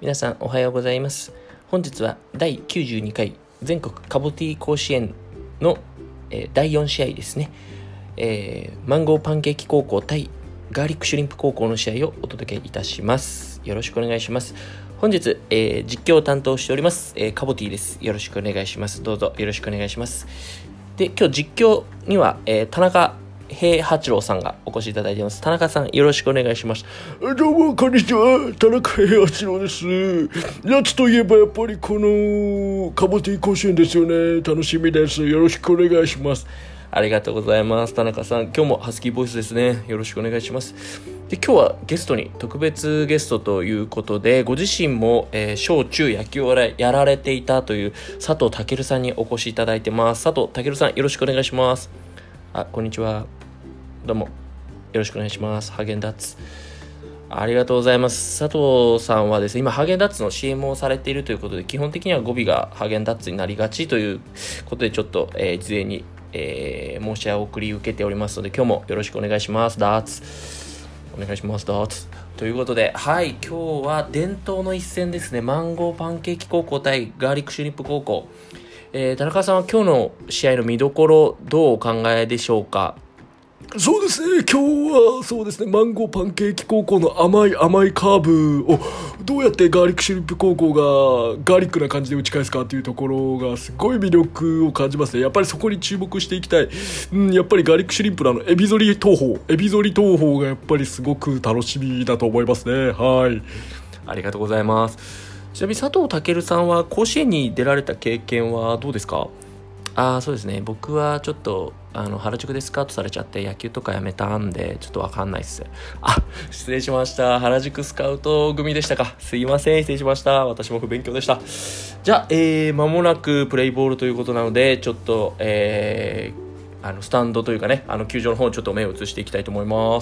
皆さんおはようございます。本日は第92回全国カボティ甲子園の、第4試合ですね、マンゴーパンケーキ高校対ガーリックシュリンプ高校の試合をお届けいたします。よろしくお願いします。本日、実況を担当しております、カボティです。よろしくお願いします。どうぞよろしくお願いします。で、今日実況には、田中平八郎さんがお越しいただいています。田中さん、よろしくお願いします。 どうもこんにちは、田中平八郎です。夏といえばやっぱりこのカボティ甲子園ですよね。楽しみです。よろしくお願いします。 ありがとうございます。田中さん、今日もハスキーボイスですね。よろしくお願いします。で、今日はゲストに特別ゲストということで、ご自身も、小中野球をやられていたという佐藤健さんにお越しいただいてます。佐藤健さん、よろしくお願いします。こんにちは。どうもよろしくお願いします。ハーゲンダッツ、ありがとうございます。佐藤さんはですね、今ハーゲンダッツの CM をされているということで、基本的には語尾がハーゲンダッツになりがちということで、ちょっと、事前に、申し送り受けておりますので、今日もよろしくお願いします。ダーツお願いします。ダーツということで、はい、今日は伝統の一戦ですね。マンゴーパンケーキ高校対ガーリックシュリンプ高校、田中さんは今日の試合の見どころどうお考えでしょうか？ そうですね、今日はそうですね、マンゴーパンケーキ高校の甘いカーブをどうやってガーリックシュリンプ高校がガーリックな感じで打ち返すかというところがすごい魅力を感じますね。やっぱりそこに注目していきたい。やっぱりガーリックシュリンプのエビ反り投法がやっぱりすごく楽しみだと思いますね。はい、 ありがとうございます。ちなみに佐藤健さんは甲子園に出られた経験はどうですか？そうですね、僕はちょっと原宿でスカウトされちゃって野球とかやめたんでちょっとわかんないっす。失礼しました。原宿スカウト組でしたか。すいません、失礼しました。私も不勉強でした。じゃあ、間もなくプレイボールということなので、ちょっと、スタンドというかね、球場の方にちょっと目を移していきたいと思います。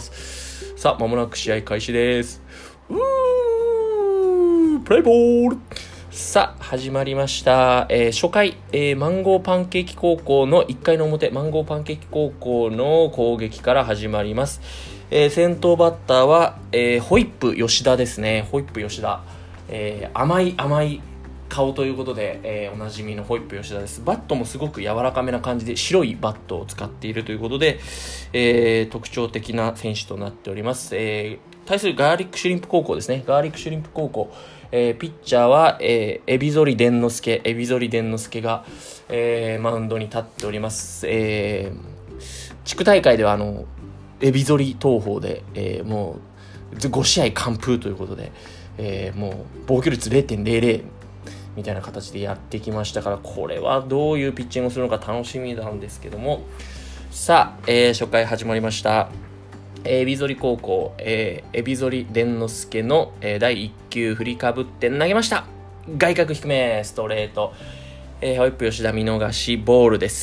さあ、間もなく試合開始です。プレイボール。さあ始まりました。初回、マンゴーパンケーキ高校の1回の表、マンゴーパンケーキ高校の攻撃から始まります。先頭バッターは、ホイップ吉田ですね。ホイップ吉田、甘い顔ということで、おなじみのホイップ吉田です。バットもすごく柔らかめな感じで白いバットを使っているということで、特徴的な選手となっております。対するガーリックシュリンプ高校ですね。ガーリックシュリンプ高校、ピッチャーは、エビ反り伝之助が、マウンドに立っております。地区大会ではエビ反り投法で、もう5試合完封ということで、もう防御率 0.00 みたいな形でやってきましたから、これはどういうピッチングをするのか楽しみなんですけども、さあ、初回始まりました。エビ反り高校、エビ反り伝之助の、第1球振りかぶって投げました。外角低めストレート、ホイップ吉田見逃しボールです。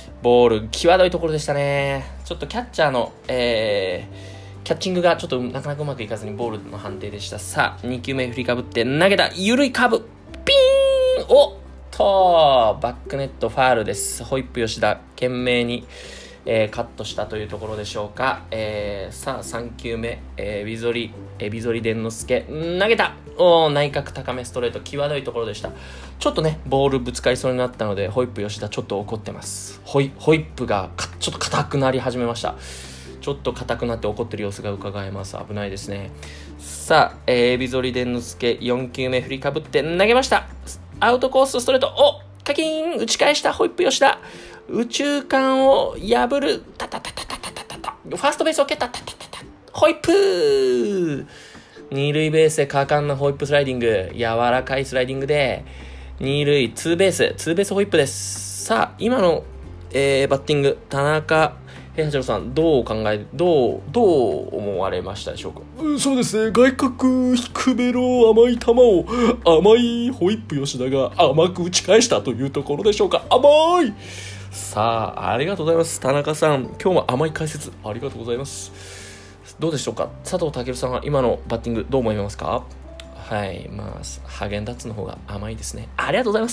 ボール際どいところでしたね。ちょっとキャッチャーの、キャッチングがちょっとなかなかうまくいかずにボールの判定でした。さあ2球目振りかぶって投げた緩いカーブ、ピーン、おっとバックネットファールです。ホイップ吉田懸命にカットしたというところでしょうか。さあ3球目、エビ反り伝之助投げた。内角高めストレート、際どいところでした。ちょっとねボールぶつかりそうになったので、ホイップ吉田ちょっと怒ってます。ホイップがちょっと硬くなり始めました。ちょっと硬くなって怒ってる様子が伺えます。危ないですね。さあ、エビ反り伝之助4球目振りかぶって投げました。アウトコースストレート、カキーン打ち返したホイップ吉田、右中間を破る、ファーストベースを蹴った、ホイップ、二塁ベースで果敢なホイップスライディング、柔らかいスライディングで二塁ツーベースホイップです。さあ今の、バッティング、田中平八郎さんどう思われましたでしょうか？ そうですね、外角低めの甘い球を甘いホイップ吉田が甘く打ち返したというところでしょうか。甘い。 さあありがとうございます。田中さん今日も甘い解説ありがとうございます。どうでしょうか？佐藤健さんは今のバッティングどう思いますか？はい、ハーゲンダッツの方が甘いですね。ありがとうございます。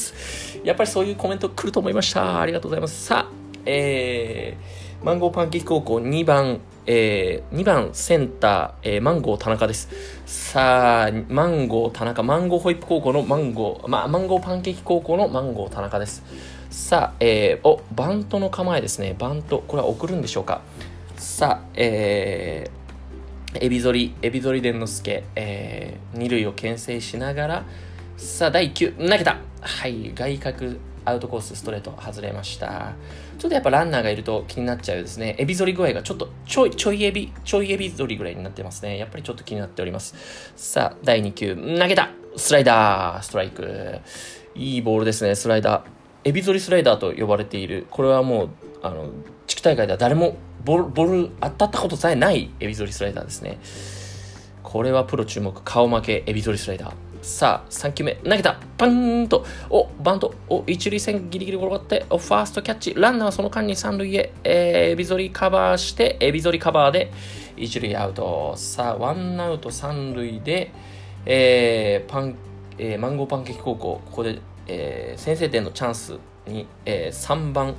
やっぱりそういうコメント来ると思いました。ありがとうございます。さあ、マンゴーパンケーキ高校2番、 2番センター、マンゴー田中です。さあ、マンゴー田中、マンゴーホイップ高校のマンゴーパンケーキ高校のマンゴー田中です。さあ、バントの構えですね。バント、これは送るんでしょうか。さあ、エビ反り伝之助、二塁を牽制しながら、さあ、第1球、投げた。はい、外角、アウトコース、ストレート、外れました。ちょっとやっぱランナーがいると気になっちゃうですね。エビ反り具合がちょっとちょいエビ反りぐらいになってますね。やっぱりちょっと気になっております。さあ、第2球、投げた。スライダー、ストライク。いいボールですね、スライダー。エビ反りスライダーと呼ばれている。これはもう、地区大会では誰もボール当たったことさえないエビ反りスライダーですね。これはプロ注目、顔負けエビ反りスライダー。さあ、3球目、投げた。パンと、バント。一塁線ギリギリ転がって、ファーストキャッチ。ランナーはその間に三塁へ、エビ反りカバーして、エビ反りカバーで、一塁アウト。さあ、ワンアウト三塁で、マンゴーパンケーキ高校、ここで、先制点のチャンスに、3番、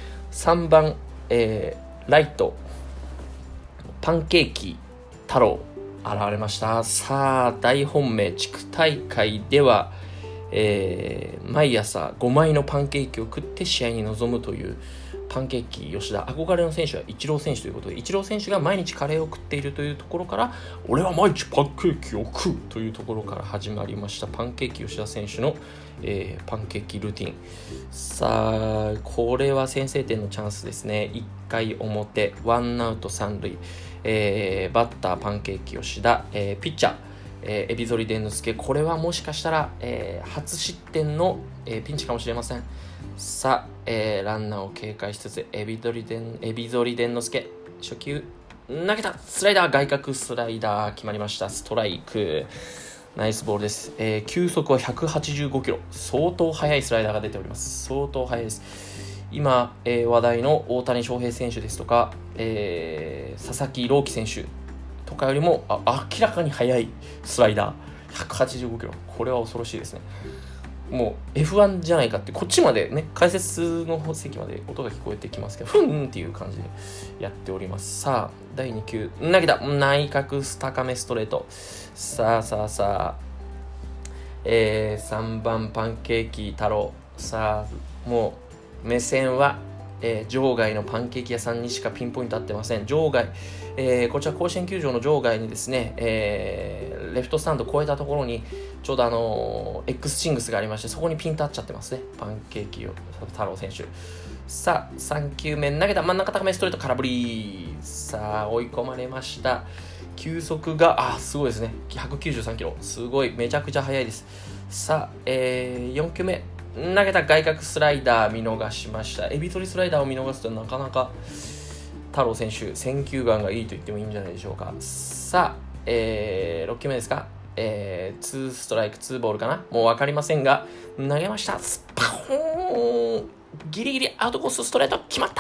ライト、パンケーキ太郎、現れました。さあ、大本命地区大会では、毎朝5枚のパンケーキを食って試合に臨むというパンケーキ吉田、憧れの選手はイチロー選手ということで、イチロー選手が毎日カレーを食っているというところから、俺は毎日パンケーキを食うというところから始まりましたパンケーキ吉田選手の、パンケーキルーティン。さあ、これは先制点のチャンスですね。1回表、ワンアウト三塁、バッターパンケーキ吉田、ピッチャー、エビ反り伝之助、これはもしかしたら、初失点の、ピンチかもしれません。さあ、ランナーを警戒しつつエビ反り伝之助、初球投げた。スライダー、外角スライダー決まりました。ストライク。ナイスボールです。球速は185キロ、相当速いスライダーが出ております。相当速いです。今、話題の大谷翔平選手ですとか、佐々木朗希選手とかよりも明らかに速いスライダー、185キロ、これは恐ろしいですね。もう F1 じゃないかって、こっちまでね、解説の席まで音が聞こえてきますけど、ふんっていう感じでやっております。さあ、第2球投げた。内角高めストレート。さあ、3番パンケーキ太郎。さあ、もう目線は、場外のパンケーキ屋さんにしかピンポイント合ってません。場外、こちら甲子園球場の場外にですね、レフトスタンド越えたところにちょうどX シングスがありまして、そこにピンと合っちゃってますね、パンケーキ太郎選手。さあ、3球目投げた。真ん中高めストレート、空振り。さあ、追い込まれました。球速がすごいですね、193キロ、すごい、めちゃくちゃ速いです。さあ、4球目投げた。外角スライダー見逃しました。エビ反りスライダーを見逃すとなかなか太郎選手選球眼がいいと言ってもいいんじゃないでしょうか。さあ、6球目ですか。2ストライク2ボールかな、もう分かりませんが投げました。スパーン、ギリギリアウトコース、ストレート決まった。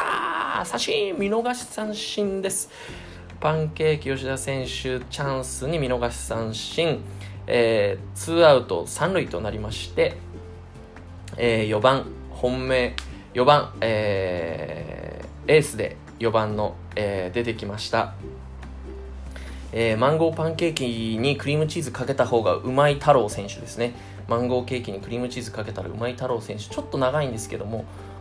三振、見逃し三振です。パンケーキ吉田選手チャンスに見逃し三振、2アウト3塁となりまして、4番本命4番、エースで4番の、出てきました、マンゴーパンケーキにクリームチーズかけた方がうまい太郎選手ですね。マンゴーケーキにクリームチーズかけたらうまい太郎選手、ちょっと長いんですけども、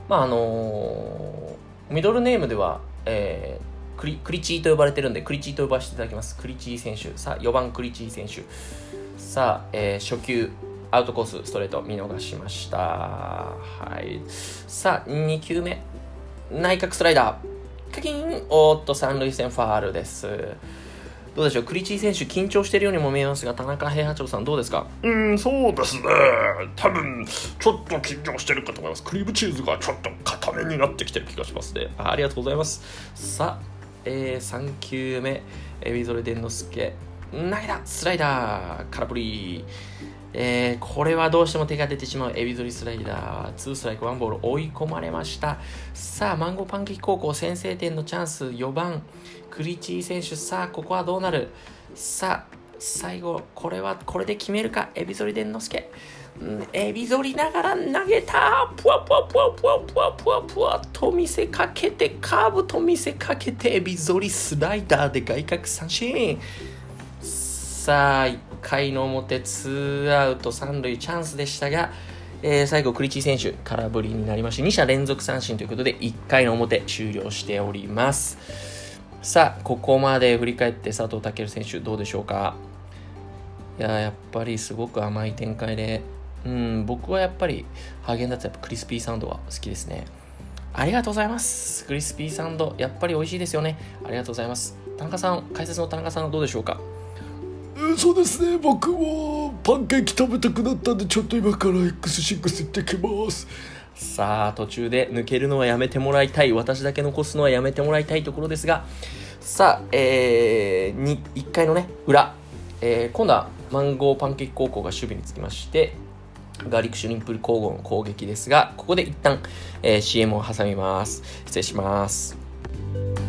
ミドルネームでは、クリチーと呼ばれてるんでクリチーと呼ばせていただきます。クリチー選手。さあ、4番クリチー選手。さあ、初球アウトコースストレート見逃しました。はい。さあ、2球目内角スライダー、カキン。三塁線ファールです。どうでしょう、クリチー選手緊張しているようにも見えますが、田中平八郎さんどうですか。 そうですね、多分ちょっと緊張してるかと思います。クリームチーズがちょっと固めになってきてる気がしますね。 ありがとうございます。さあ、3球目エビ反り伝之助、投げた。スライダー、空振り。これはどうしても手が出てしまうエビ反りスライダー。2ストライク1ボール、追い込まれました。さあ、マンゴーパンケーキ高校先制点のチャンス、4番クリチー選手。さあ、ここはどうなる。さあ、最後これで決めるか。エビ反り伝之助エビ反りながら投げた。ぷわぷわぷわぷわぷわぷわぷわと見せかけて、カーブと見せかけて、エビ反りスライダーで外角三振。さあ、1回の表、2アウト3塁チャンスでしたが、最後、クリッチー選手、空振りになりまして、2者連続三振ということで、1回の表終了しております。さあ、ここまで振り返って佐藤健選手、どうでしょうか。やっぱりすごく甘い展開で、僕はやっぱりハーゲンダッツやっぱクリスピーサンドが好きですね。ありがとうございます。クリスピーサンドやっぱり美味しいですよね。ありがとうございます。田中さん、解説の田中さんはどうでしょうか。 そうですね、僕もパンケーキ食べたくなったんで、ちょっと今から X6 行ってきます。 さあ、途中で抜けるのはやめてもらいたい、私だけ残すのはやめてもらいたいところですが、さあ、1回のね裏、今度はマンゴーパンケーキ高校が守備につきまして、ガーリックシュリンプ交互の攻撃ですが、ここで一旦、CM を挟みます。失礼します。